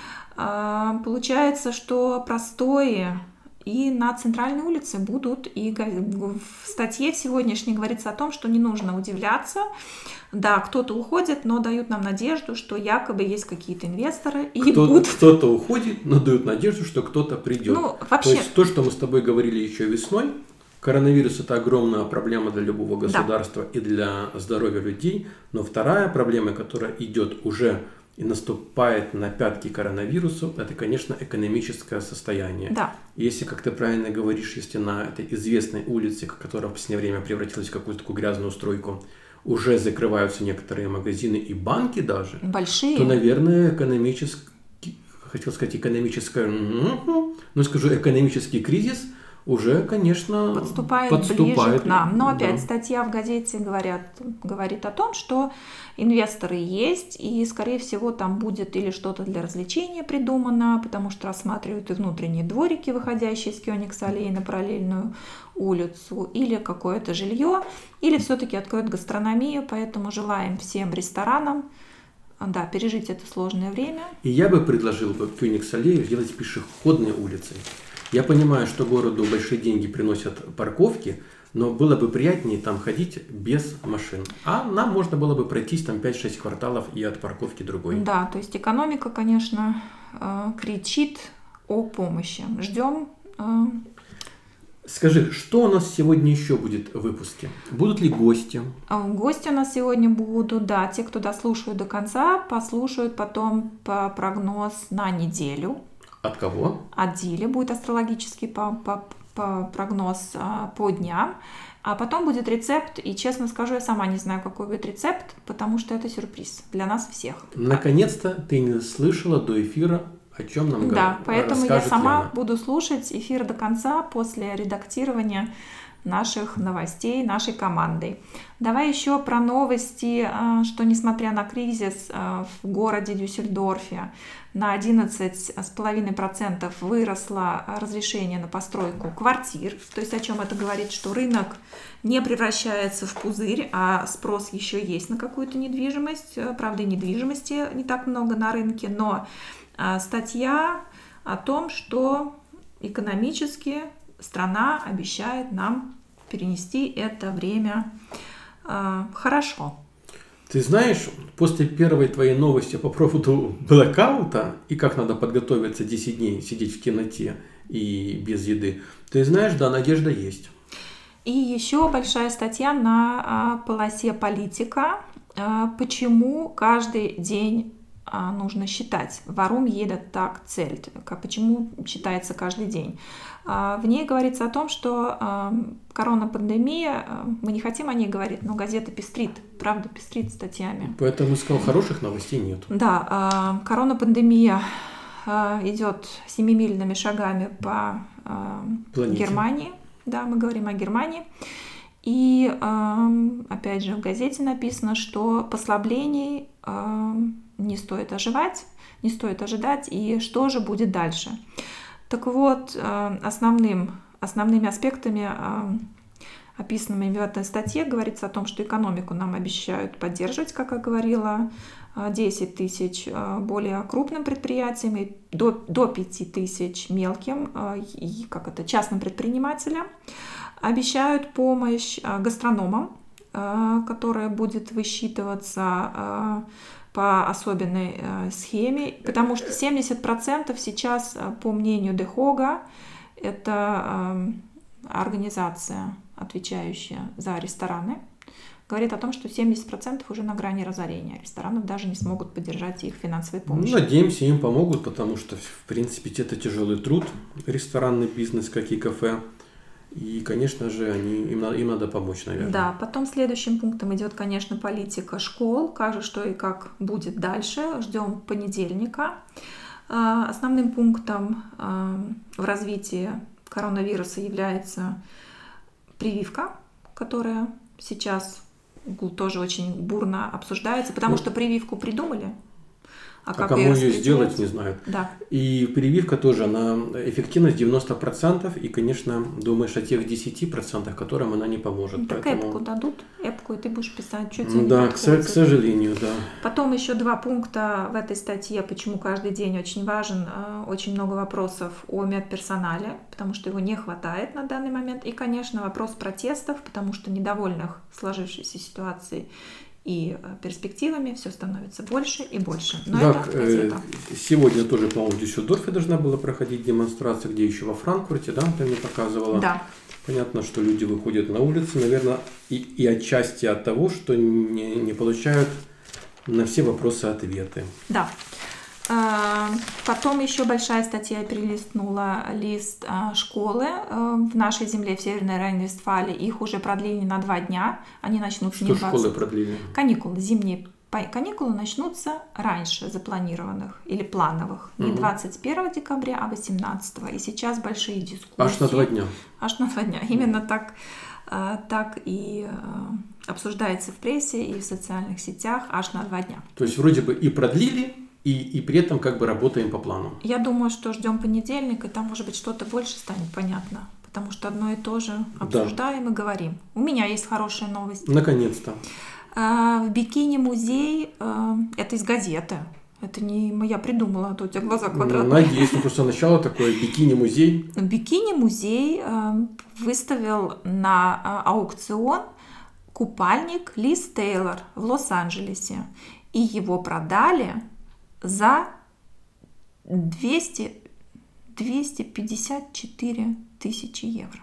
Получается, что простое... И на центральной улице будут, и в статье в сегодняшней говорится о том, что не нужно удивляться. Да, кто-то уходит, но дают нам надежду, что якобы есть какие-то инвесторы. И кто, будут... Кто-то уходит, но дают надежду, что кто-то придет. Ну, вообще... То есть то, что мы с тобой говорили еще весной, коронавирус – это огромная проблема для любого государства да. и для здоровья людей. Но вторая проблема, которая идет уже и наступает на пятки коронавирусу, это, конечно, экономическое состояние. Да. Если, как ты правильно говоришь, если на этой известной улице, которая в последнее время превратилась в какую-то такую грязную стройку, уже закрываются некоторые магазины и банки даже, Большие. то, наверное, экономический, хотел сказать, экономическое, ну, скажу, экономический кризис уже, конечно, подступает, подступает ближе к нам. Но опять да. статья в газете говорят, говорит о том, что инвесторы есть, и, скорее всего, там будет или что-то для развлечения придумано, потому что рассматривают и внутренние дворики, выходящие из Кёнигс-аллеи на параллельную улицу, или какое-то жилье, или все-таки откроют гастрономию. Поэтому желаем всем ресторанам, да, пережить это сложное время. И я бы предложил бы Кёнигс-аллею сделать пешеходной улицей. Я понимаю, что городу большие деньги приносят парковки, но было бы приятнее там ходить без машин. А нам можно было бы пройтись там пять-шесть кварталов и от парковки другой. Да, то есть экономика, конечно, кричит о помощи. Ждем. Скажи, что у нас сегодня еще будет в выпуске? Будут ли гости? Гости у нас сегодня будут, да, те, кто дослушают до конца, послушают потом по прогноз на неделю. От кого? От Дили будет астрологический по, по, по прогноз по дням. А потом будет рецепт, и, честно скажу, я сама не знаю, какой будет рецепт, потому что это сюрприз для нас всех. Наконец-то ты не слышала до эфира, о чем нам говорит. Да, поэтому я сама Лена. буду слушать эфир до конца после редактирования наших новостей, нашей командой. Давай еще про новости, что несмотря на кризис в городе Дюссельдорфе на одиннадцать целых пять десятых процента выросло разрешение на постройку квартир. То есть о чем это говорит, что рынок не превращается в пузырь, а спрос еще есть на какую-то недвижимость. Правда, и недвижимости не так много на рынке, но статья о том, что экономически страна обещает нам перенести это время э, хорошо. Ты знаешь, после первой твоей новости по поводу блэкаута и как надо подготовиться десять дней, сидеть в темноте и без еды, ты знаешь, да, надежда есть. И еще большая статья на э, полосе «Политика». Э, почему каждый день нужно считать. Warum jeder Tag zählt? Почему считается каждый день? В ней говорится о том, что коронапандемия, мы не хотим о ней говорить, но газета пестрит, правда, пестрит статьями. Поэтому сказал, хороших новостей нет. Да, коронапандемия идет семимильными шагами по Планете. Германии. Да, мы говорим о Германии. И опять же в газете написано, что послаблений не стоит ожидать, не стоит ожидать, и что же будет дальше. Так вот, основным, основными аспектами, описанными в этой статье, говорится о том, что экономику нам обещают поддерживать, как я говорила, десять тысяч более крупным предприятиям и до, до пять тысяч мелким, и, как это, частным предпринимателям. Обещают помощь гастрономам, которая будет высчитываться по особенной схеме, потому что семьдесят процентов сейчас, по мнению Дехога, это организация, отвечающая за рестораны, говорит о том, что семьдесят процентов уже на грани разорения. Ресторанов даже не смогут поддержать их финансовой помощью. Ну, надеемся, им помогут, потому что, в принципе, это тяжелый труд, ресторанный бизнес, как и кафе. И, конечно же, они, им, надо, им надо помочь, наверное. Да, потом следующим пунктом идет, конечно, политика школ, как же, что и как будет дальше. Ждем понедельника. Основным пунктом в развитии коронавируса является прививка, которая сейчас тоже очень бурно обсуждается, потому ну, что прививку придумали. А, а кому ее сделать, не знают. Да. И прививка тоже, она эффективность девяносто процентов, и, конечно, думаешь о тех десяти процентах, которым она не поможет. Так поэтому... эпку дадут, эпку, и ты будешь писать, что тебе да, не к, к сожалению, да. Потом еще два пункта в этой статье, почему каждый день очень важен. Очень много вопросов о медперсонале, потому что его не хватает на данный момент. И, конечно, вопрос протестов, потому что недовольных сложившейся ситуацией и перспективами все становится больше и больше. Но да, это газета. Сегодня тоже, по-моему, в Дюссельдорфе должна была проходить демонстрация, где еще во Франкфурте, да, ты мне показывала. Да. Понятно, что люди выходят на улицы, наверное, и, и отчасти от того, что не, не получают на все вопросы ответы. Да. А, Потом еще большая статья, я перелистнула лист а, школы а, в нашей земле, в Северной Рейн-Вестфалии. Их уже продлили на два дня. Они начнутся не Что двадцать. школы продлили? Каникулы, зимние по- каникулы начнутся раньше запланированных или плановых. Не Мгм. двадцать первого декабря, а восемнадцатого. И сейчас большие дискуссии. Аж на два дня. Аж на два дня. Именно так, а, так и а, обсуждается в прессе и в социальных сетях. Аж на два дня. То есть вроде бы и продлили, и, и при этом как бы работаем по плану. Я думаю, что ждем понедельник, и там, может быть, что-то больше станет понятно. Потому что одно и то же обсуждаем и говорим. У меня есть хорошая новость. Наконец-то. А, В бикини-музей, а, это из газеты. Это не я придумала, а то у тебя глаза Ну, квадратные. надеюсь, ну просто начало такое, бикини-музей. Бикини-музей а, выставил на а, аукцион купальник Лиз Тейлор в Лос-Анджелесе. И его продали за двести, двести пятьдесят четыре тысячи евро.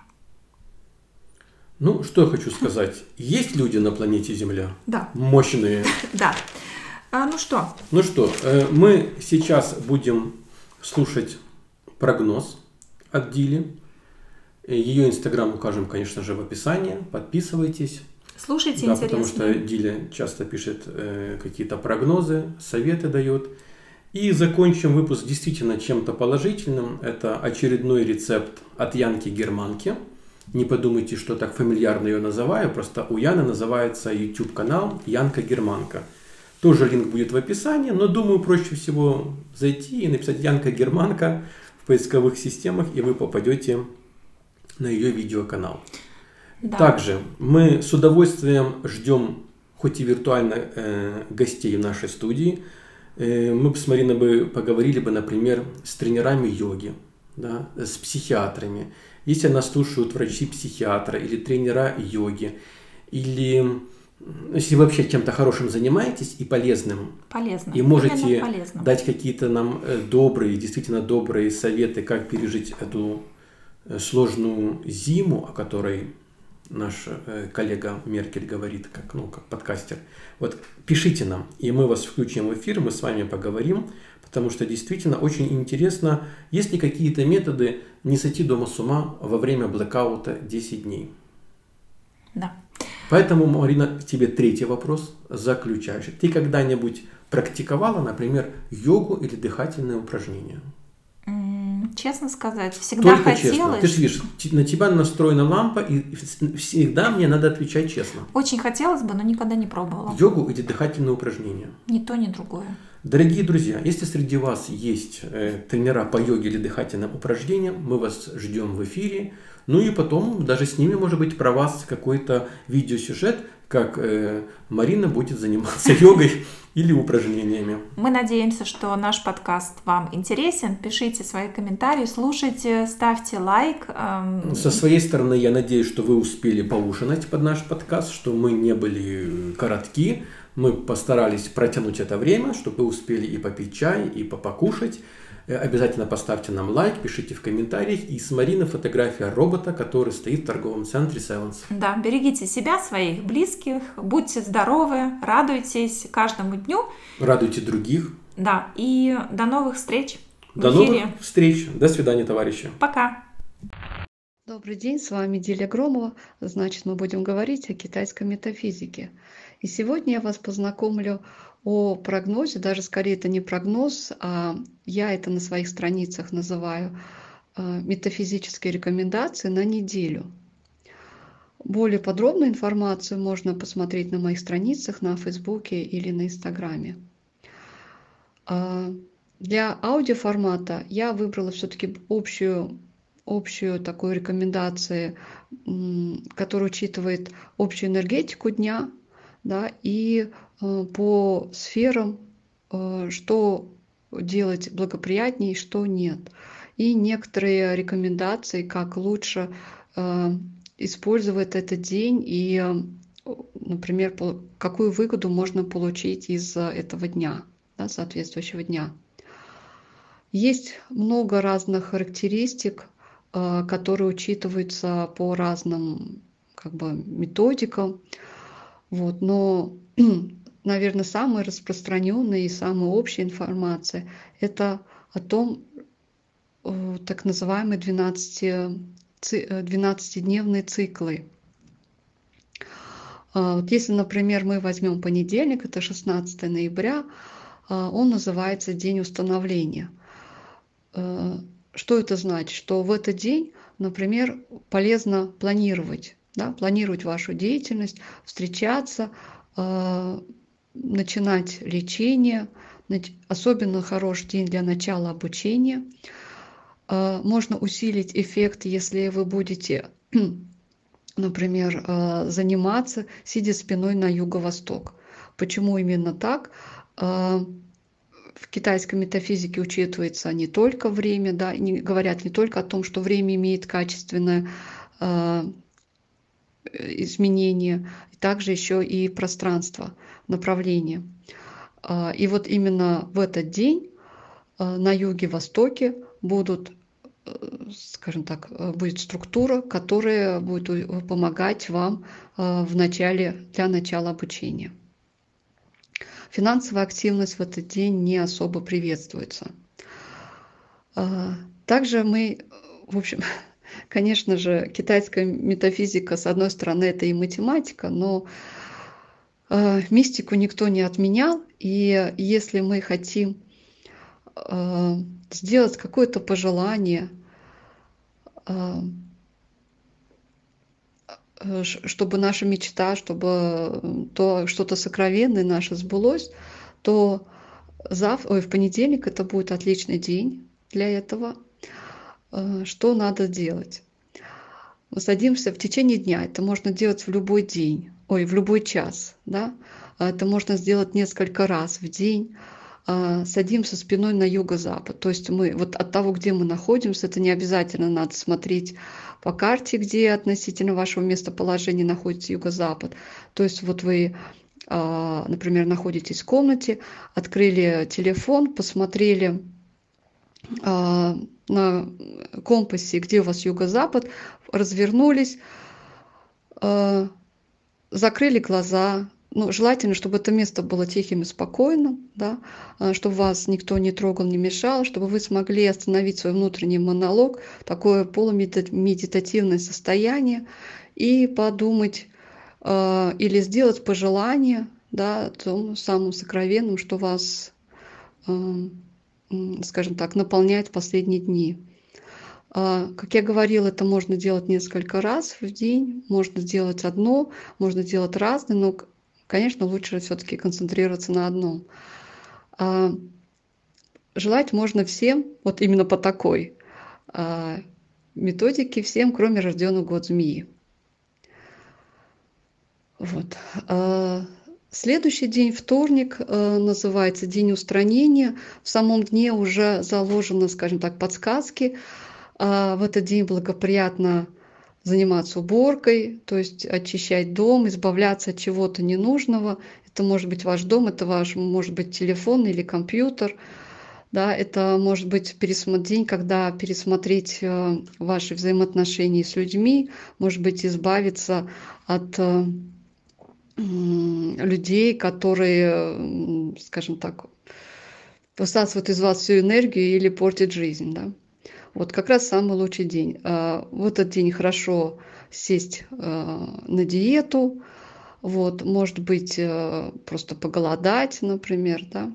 Ну, что я хочу сказать. Есть люди на планете Земля? Да, Мощные. да. А, ну что, Ну что, э, мы сейчас будем слушать прогноз от Дили. Э, Ее инстаграм укажем, конечно же, в описании. Подписывайтесь. слушайте Да, интересно. потому что Диля часто пишет э, какие-то прогнозы, советы дает. И закончим выпуск действительно чем-то положительным. Это очередной рецепт от Янки Германки. Не подумайте, что так фамильярно ее называю. Просто у Яны называется YouTube-канал Янка Германка. Тоже линк будет в описании, но думаю, проще всего зайти и написать Янка Германка в поисковых системах, и вы попадете на ее видеоканал. Да. Также мы с удовольствием ждем, хоть и виртуально, э, гостей в нашей студии. Э, мы бы с Мариной бы поговорили бы, например, с тренерами йоги, да, с психиатрами. Если нас слушают врачи-психиатры или тренера йоги, или если вы вообще чем-то хорошим занимаетесь и полезным, Полезно. и можете Именно полезно. дать какие-то нам э, добрые, действительно добрые советы, как пережить эту э, сложную зиму, о которой наш э, коллега Меркель говорит, как, ну, как подкастер. Вот пишите нам, и мы вас включим в эфир, мы с вами поговорим, потому что действительно очень интересно, есть ли какие-то методы не сойти дома с ума во время блэкаута десять дней. Да. Поэтому, Марина, тебе третий вопрос, заключающий. Ты когда-нибудь практиковала, например, йогу или дыхательные упражнения? М, Честно сказать, всегда Только хотелось. честно. Ты же видишь, т- на тебя настроена лампа, и и всегда мне надо отвечать честно. Очень хотелось бы, но никогда не пробовала. Йогу или дыхательные упражнения? Ни то, ни другое. Дорогие друзья, если среди вас есть э, тренера по йоге или дыхательным упражнениям, мы вас ждем в эфире. Ну и потом даже с ними, может быть, про вас какой-то видеосюжет, как э, Марина будет заниматься йогой или упражнениями. Мы надеемся, что наш подкаст вам интересен. Пишите свои комментарии, слушайте, ставьте лайк. эм, Со своей стороны, я надеюсь, что вы успели поужинать под наш подкаст, что мы не были коротки. Мы постарались протянуть это время, чтобы вы успели и попить чай, и покушать. Э, Обязательно поставьте нам лайк, пишите в комментариях. И с Мариной фотография робота, который стоит в торговом центре Севенс. Да, берегите себя, своих близких, будьте здоровы, радуйтесь каждому дню. Радуйте других. Да, и до новых встреч в До эфире. новых встреч. До свидания, товарищи. Пока. Добрый день, с вами Диля Громова. Значит, мы будем говорить о китайской метафизике. И сегодня я вас познакомлю о прогнозе, даже скорее это не прогноз, а я это на своих страницах называю э, метафизические рекомендации на неделю. Более подробную информацию можно посмотреть на моих страницах на Фейсбуке или на Инстаграме. А Для аудиоформата я выбрала все-таки общую общую такую рекомендацию, м, которая учитывает общую энергетику дня, да, и э, по сферам, э, что делать благоприятнее, что нет. И некоторые рекомендации, как лучше э, использовать этот день и, э, например, по- какую выгоду можно получить из э, этого дня, да, соответствующего дня. Есть много разных характеристик, э, которые учитываются по разным как бы, методикам. Вот, но наверное, самая распространенная и самая общая информация – это о том, э, так называемые двенадцатидневные циклы. Вот если, например, мы возьмем понедельник, это шестнадцатое ноября, он называется День установления. Что это значит? Что в этот день, например, полезно планировать, да, планировать вашу деятельность, встречаться, начинать лечение. Особенно хороший день для начала обучения. Можно усилить эффект, если вы будете, например, заниматься, сидя спиной на юго-восток. Почему именно так? В китайской метафизике учитывается не только время, да, не, говорят не только о том, что время имеет качественное изменение, также еще и пространство, направление. И вот именно в этот день на юге-востоке будут, скажем так, будет структура, которая будет помогать вам в начале, для начала обучения. Финансовая активность в этот день не особо приветствуется. Также мы, в общем, конечно же, китайская метафизика, с одной стороны, это и математика, но мистику никто не отменял, и если мы хотим сделать какое-то пожелание, чтобы наша мечта, чтобы то что-то сокровенное наше сбылось, то завтра, ой, в понедельник это будет отличный день для этого. Что надо делать? Мы садимся в течение дня, это можно делать в любой день, ой, в любой час, да? Это можно сделать несколько раз в день. Садимся спиной на юго-запад. То есть мы вот от того, где мы находимся, это не обязательно надо смотреть по карте, где относительно вашего местоположения находится юго-запад. То есть вот вы, например, находитесь в комнате, открыли телефон, посмотрели на компасе, где у вас юго-запад, развернулись, закрыли глаза. Ну, желательно, чтобы это место было тихим и спокойным, да, чтобы вас никто не трогал, не мешал, чтобы вы смогли остановить свой внутренний монолог, такое полумедитативное состояние, и подумать э, или сделать пожелание, да, тому самым сокровенным, что вас, э, скажем так, наполняет в последние дни. Э, как я говорила, это можно делать несколько раз в день, можно сделать одно, можно делать разное, но конечно, лучше все-таки концентрироваться на одном. А желать можно всем, вот именно по такой а, методике, всем, кроме рожденного год змеи. Вот. А следующий день, вторник, а, называется День устранения. В самом дне уже заложено, скажем так, подсказки. А в этот день благоприятно заниматься уборкой, то есть очищать дом, избавляться от чего-то ненужного. Это может быть ваш дом, это ваш, может быть, телефон или компьютер. Да, это может быть день, когда пересмотреть ваши взаимоотношения с людьми, может быть, избавиться от людей, которые, скажем так, высасывают из вас всю энергию или портят жизнь. Да? Вот как раз самый лучший день. В этот день хорошо сесть на диету, вот, может быть, просто поголодать, например, да.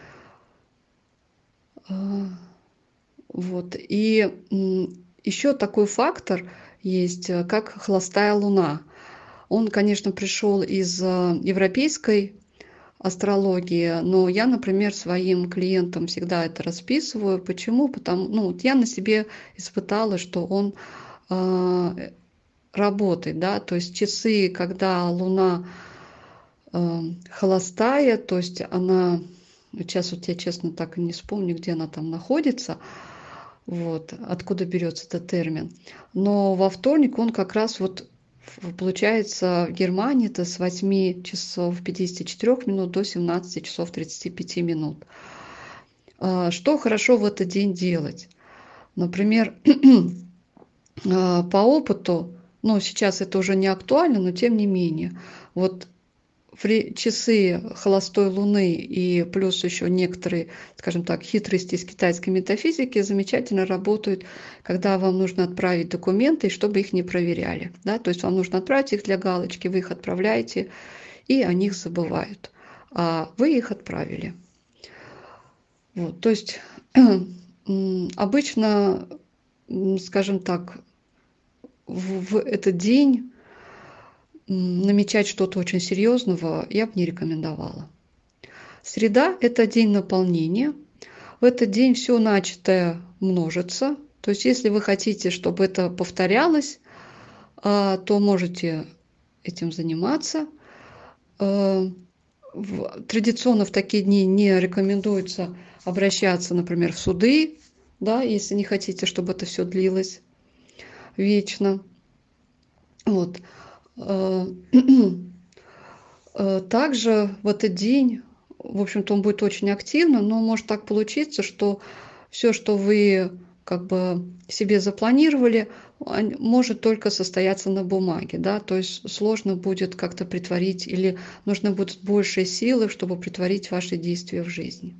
Вот. И еще такой фактор есть, как холостая луна. Он, конечно, пришел из европейской астрологии, но я, например, своим клиентам всегда это расписываю. Почему? Потому, ну, вот я на себе испытала, что он э, работает, да, то есть часы, когда Луна э, холостая, то есть она, сейчас вот я честно так и не вспомню, где она там находится, вот, откуда берется этот термин, но во вторник он как раз вот получается, в Германии это с восьми часов пятидесяти четырёх минут до семнадцати часов тридцати пяти минут. Что хорошо в этот день делать? Например, по опыту, ну, сейчас это уже не актуально, но тем не менее, вот часы холостой луны и плюс еще некоторые, скажем так, хитрости из китайской метафизики замечательно работают, когда вам нужно отправить документы, чтобы их не проверяли. Да? То есть вам нужно отправить их для галочки, вы их отправляете, и о них забывают. А вы их отправили. Вот, то есть обычно, скажем так, в, в этот день намечать что-то очень серьезного я бы не рекомендовала. Среда – это день наполнения. В этот день все начатое множится. То есть если вы хотите, чтобы это повторялось, то можете этим заниматься. Традиционно в такие дни не рекомендуется обращаться, например, в суды, да, если не хотите, чтобы это все длилось вечно. Вот. Также в этот день, в общем-то, он будет очень активным, но может так получиться, что все, что вы как бы себе запланировали, может только состояться на бумаге, да, то есть сложно будет как-то притворить или нужно будет больше силы, чтобы притворить ваши действия в жизни.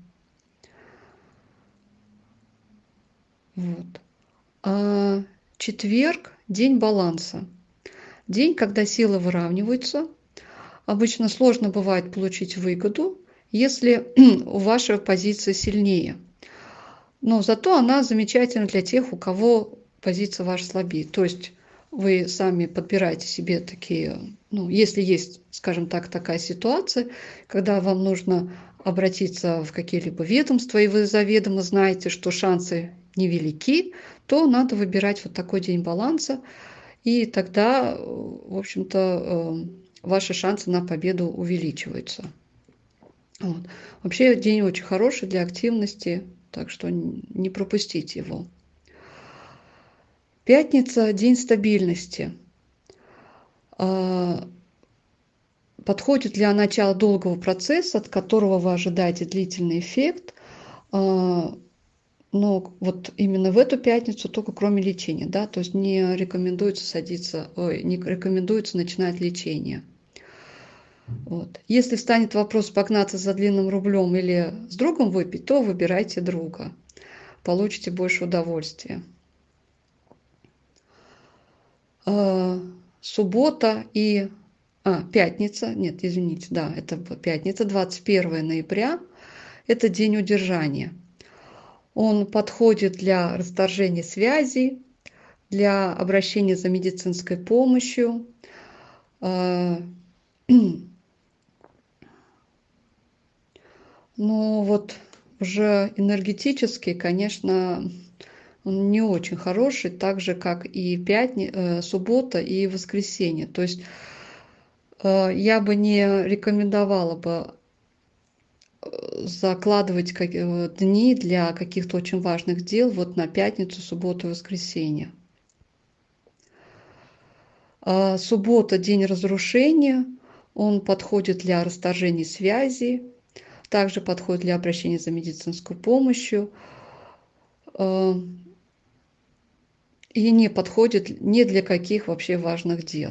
Вот. А четверг – день баланса. День, когда силы выравниваются. Обычно сложно бывает получить выгоду, если ваша позиция сильнее. Но зато она замечательна для тех, у кого позиция ваша слабее. То есть вы сами подбираете себе такие, ну, если есть, скажем так, такая ситуация, когда вам нужно обратиться в какие-либо ведомства, и вы заведомо знаете, что шансы невелики, то надо выбирать вот такой день баланса, и тогда, в общем-то, ваши шансы на победу увеличиваются. Вот. Вообще день очень хороший для активности, так что не пропустите его. Пятница – день стабильности. Подходит для начала долгого процесса, от которого вы ожидаете длительный эффект. Но вот именно в эту пятницу только кроме лечения, да, то есть не рекомендуется садиться, ой, не рекомендуется начинать лечение. Вот. Если встанет вопрос погнаться за длинным рублем или с другом выпить, то выбирайте друга, получите больше удовольствия. А, суббота и а, пятница, нет, извините, да, это пятница, двадцать первое ноября, это день удержания. Он подходит для расторжения связей, для обращения за медицинской помощью. Но вот уже энергетически, конечно, он не очень хороший, так же, как и пятница, суббота и воскресенье. То есть я бы не рекомендовала бы закладывать дни для каких-то очень важных дел вот на пятницу, субботу и воскресенье. Суббота – день разрушения, он подходит для расторжения связей, также подходит для обращения за медицинской помощью и не подходит ни для каких вообще важных дел.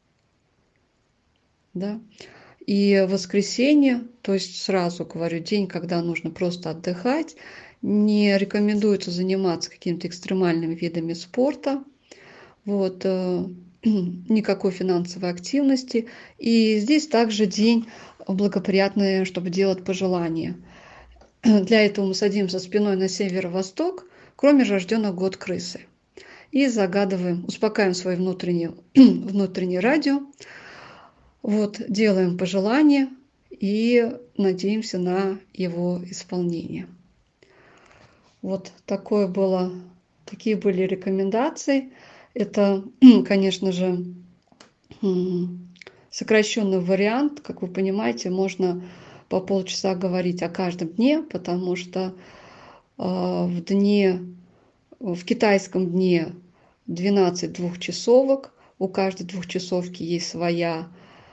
Да? И воскресенье, то есть сразу говорю, день, когда нужно просто отдыхать, не рекомендуется заниматься какими-то экстремальными видами спорта, вот, никакой финансовой активности. И здесь также день благоприятный, чтобы делать пожелания. Для этого мы садимся спиной на северо-восток, кроме рожденных год крысы, и загадываем, успокаиваем свое внутреннее, внутреннее радио. Вот, делаем пожелания и надеемся на его исполнение. Вот такое было, такие были рекомендации. Это, конечно же, сокращенный вариант. Как вы понимаете, можно по полчаса говорить о каждом дне, потому что в дне, в китайском дне двенадцать двухчасовок. У каждой двухчасовки есть своя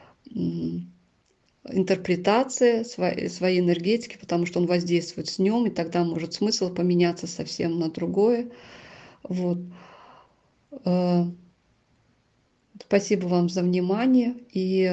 интерпретация, своей, своей энергетики, потому что он воздействует с ним, и тогда может смысл поменяться совсем на другое. Вот. Спасибо вам за внимание, и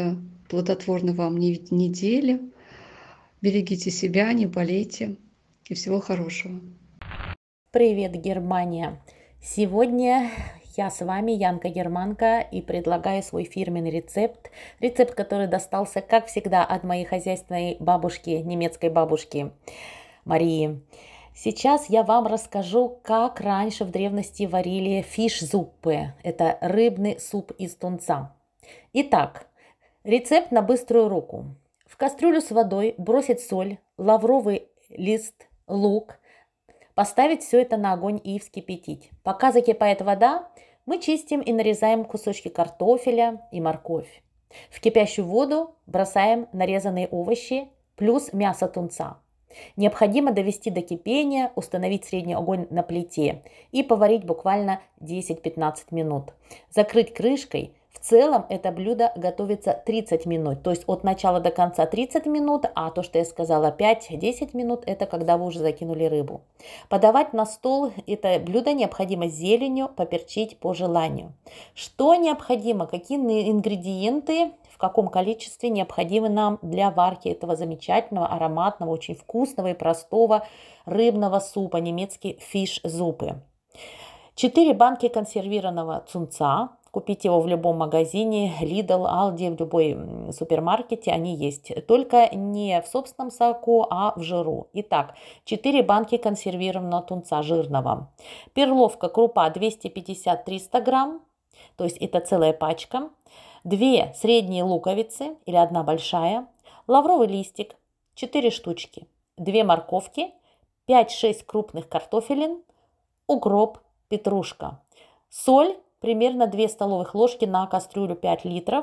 плодотворной вам не- недели. Берегите себя, не болейте. И всего хорошего. Привет, Германия! Сегодня я с вами, Янка Германка, и предлагаю свой фирменный рецепт. Рецепт, который достался, как всегда, от моей хозяйственной бабушки, немецкой бабушки Марии. Сейчас я вам расскажу, как раньше в древности варили фиш-зуппе. Это рыбный суп из тунца. Итак, рецепт на быструю руку. В кастрюлю с водой бросить соль, лавровый лист, лук, поставить все это на огонь и вскипятить. Пока закипает вода, мы чистим и нарезаем кусочки картофеля и морковь. В кипящую воду бросаем нарезанные овощи плюс мясо тунца. Необходимо довести до кипения, установить средний огонь на плите и поварить буквально десять-пятнадцать минут. Закрыть крышкой. В целом это блюдо готовится тридцать минут, то есть от начала до конца тридцать минут, а то, что я сказала, пять-десять минут, это когда вы уже закинули рыбу. Подавать на стол это блюдо необходимо с зеленью, поперчить по желанию. Что необходимо, какие ингредиенты, в каком количестве необходимы нам для варки этого замечательного, ароматного, очень вкусного и простого рыбного супа, немецкий фиш-зуппе. четыре банки консервированного тунца. Купить его в любом магазине, Lidl, Aldi, в любой супермаркете, они есть. Только не в собственном соку, а в жиру. Итак, четыре банки консервированного тунца жирного. Перловка, крупа двести пятьдесят - триста грамм, то есть это целая пачка. Две средние луковицы или одна большая. Лавровый листик, четыре штучки. Две морковки, пять-шесть крупных картофелин, укроп, петрушка. Соль. Примерно две столовых ложки на кастрюлю пять литров.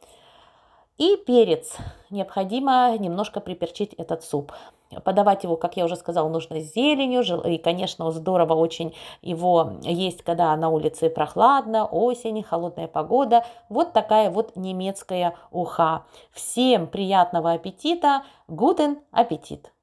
И перец. Необходимо немножко приперчить этот суп. Подавать его, как я уже сказала, нужно с зеленью. И, конечно, здорово очень его есть, когда на улице прохладно, осень, холодная погода. Вот такая вот немецкая уха. Всем приятного аппетита. Guten аппетит!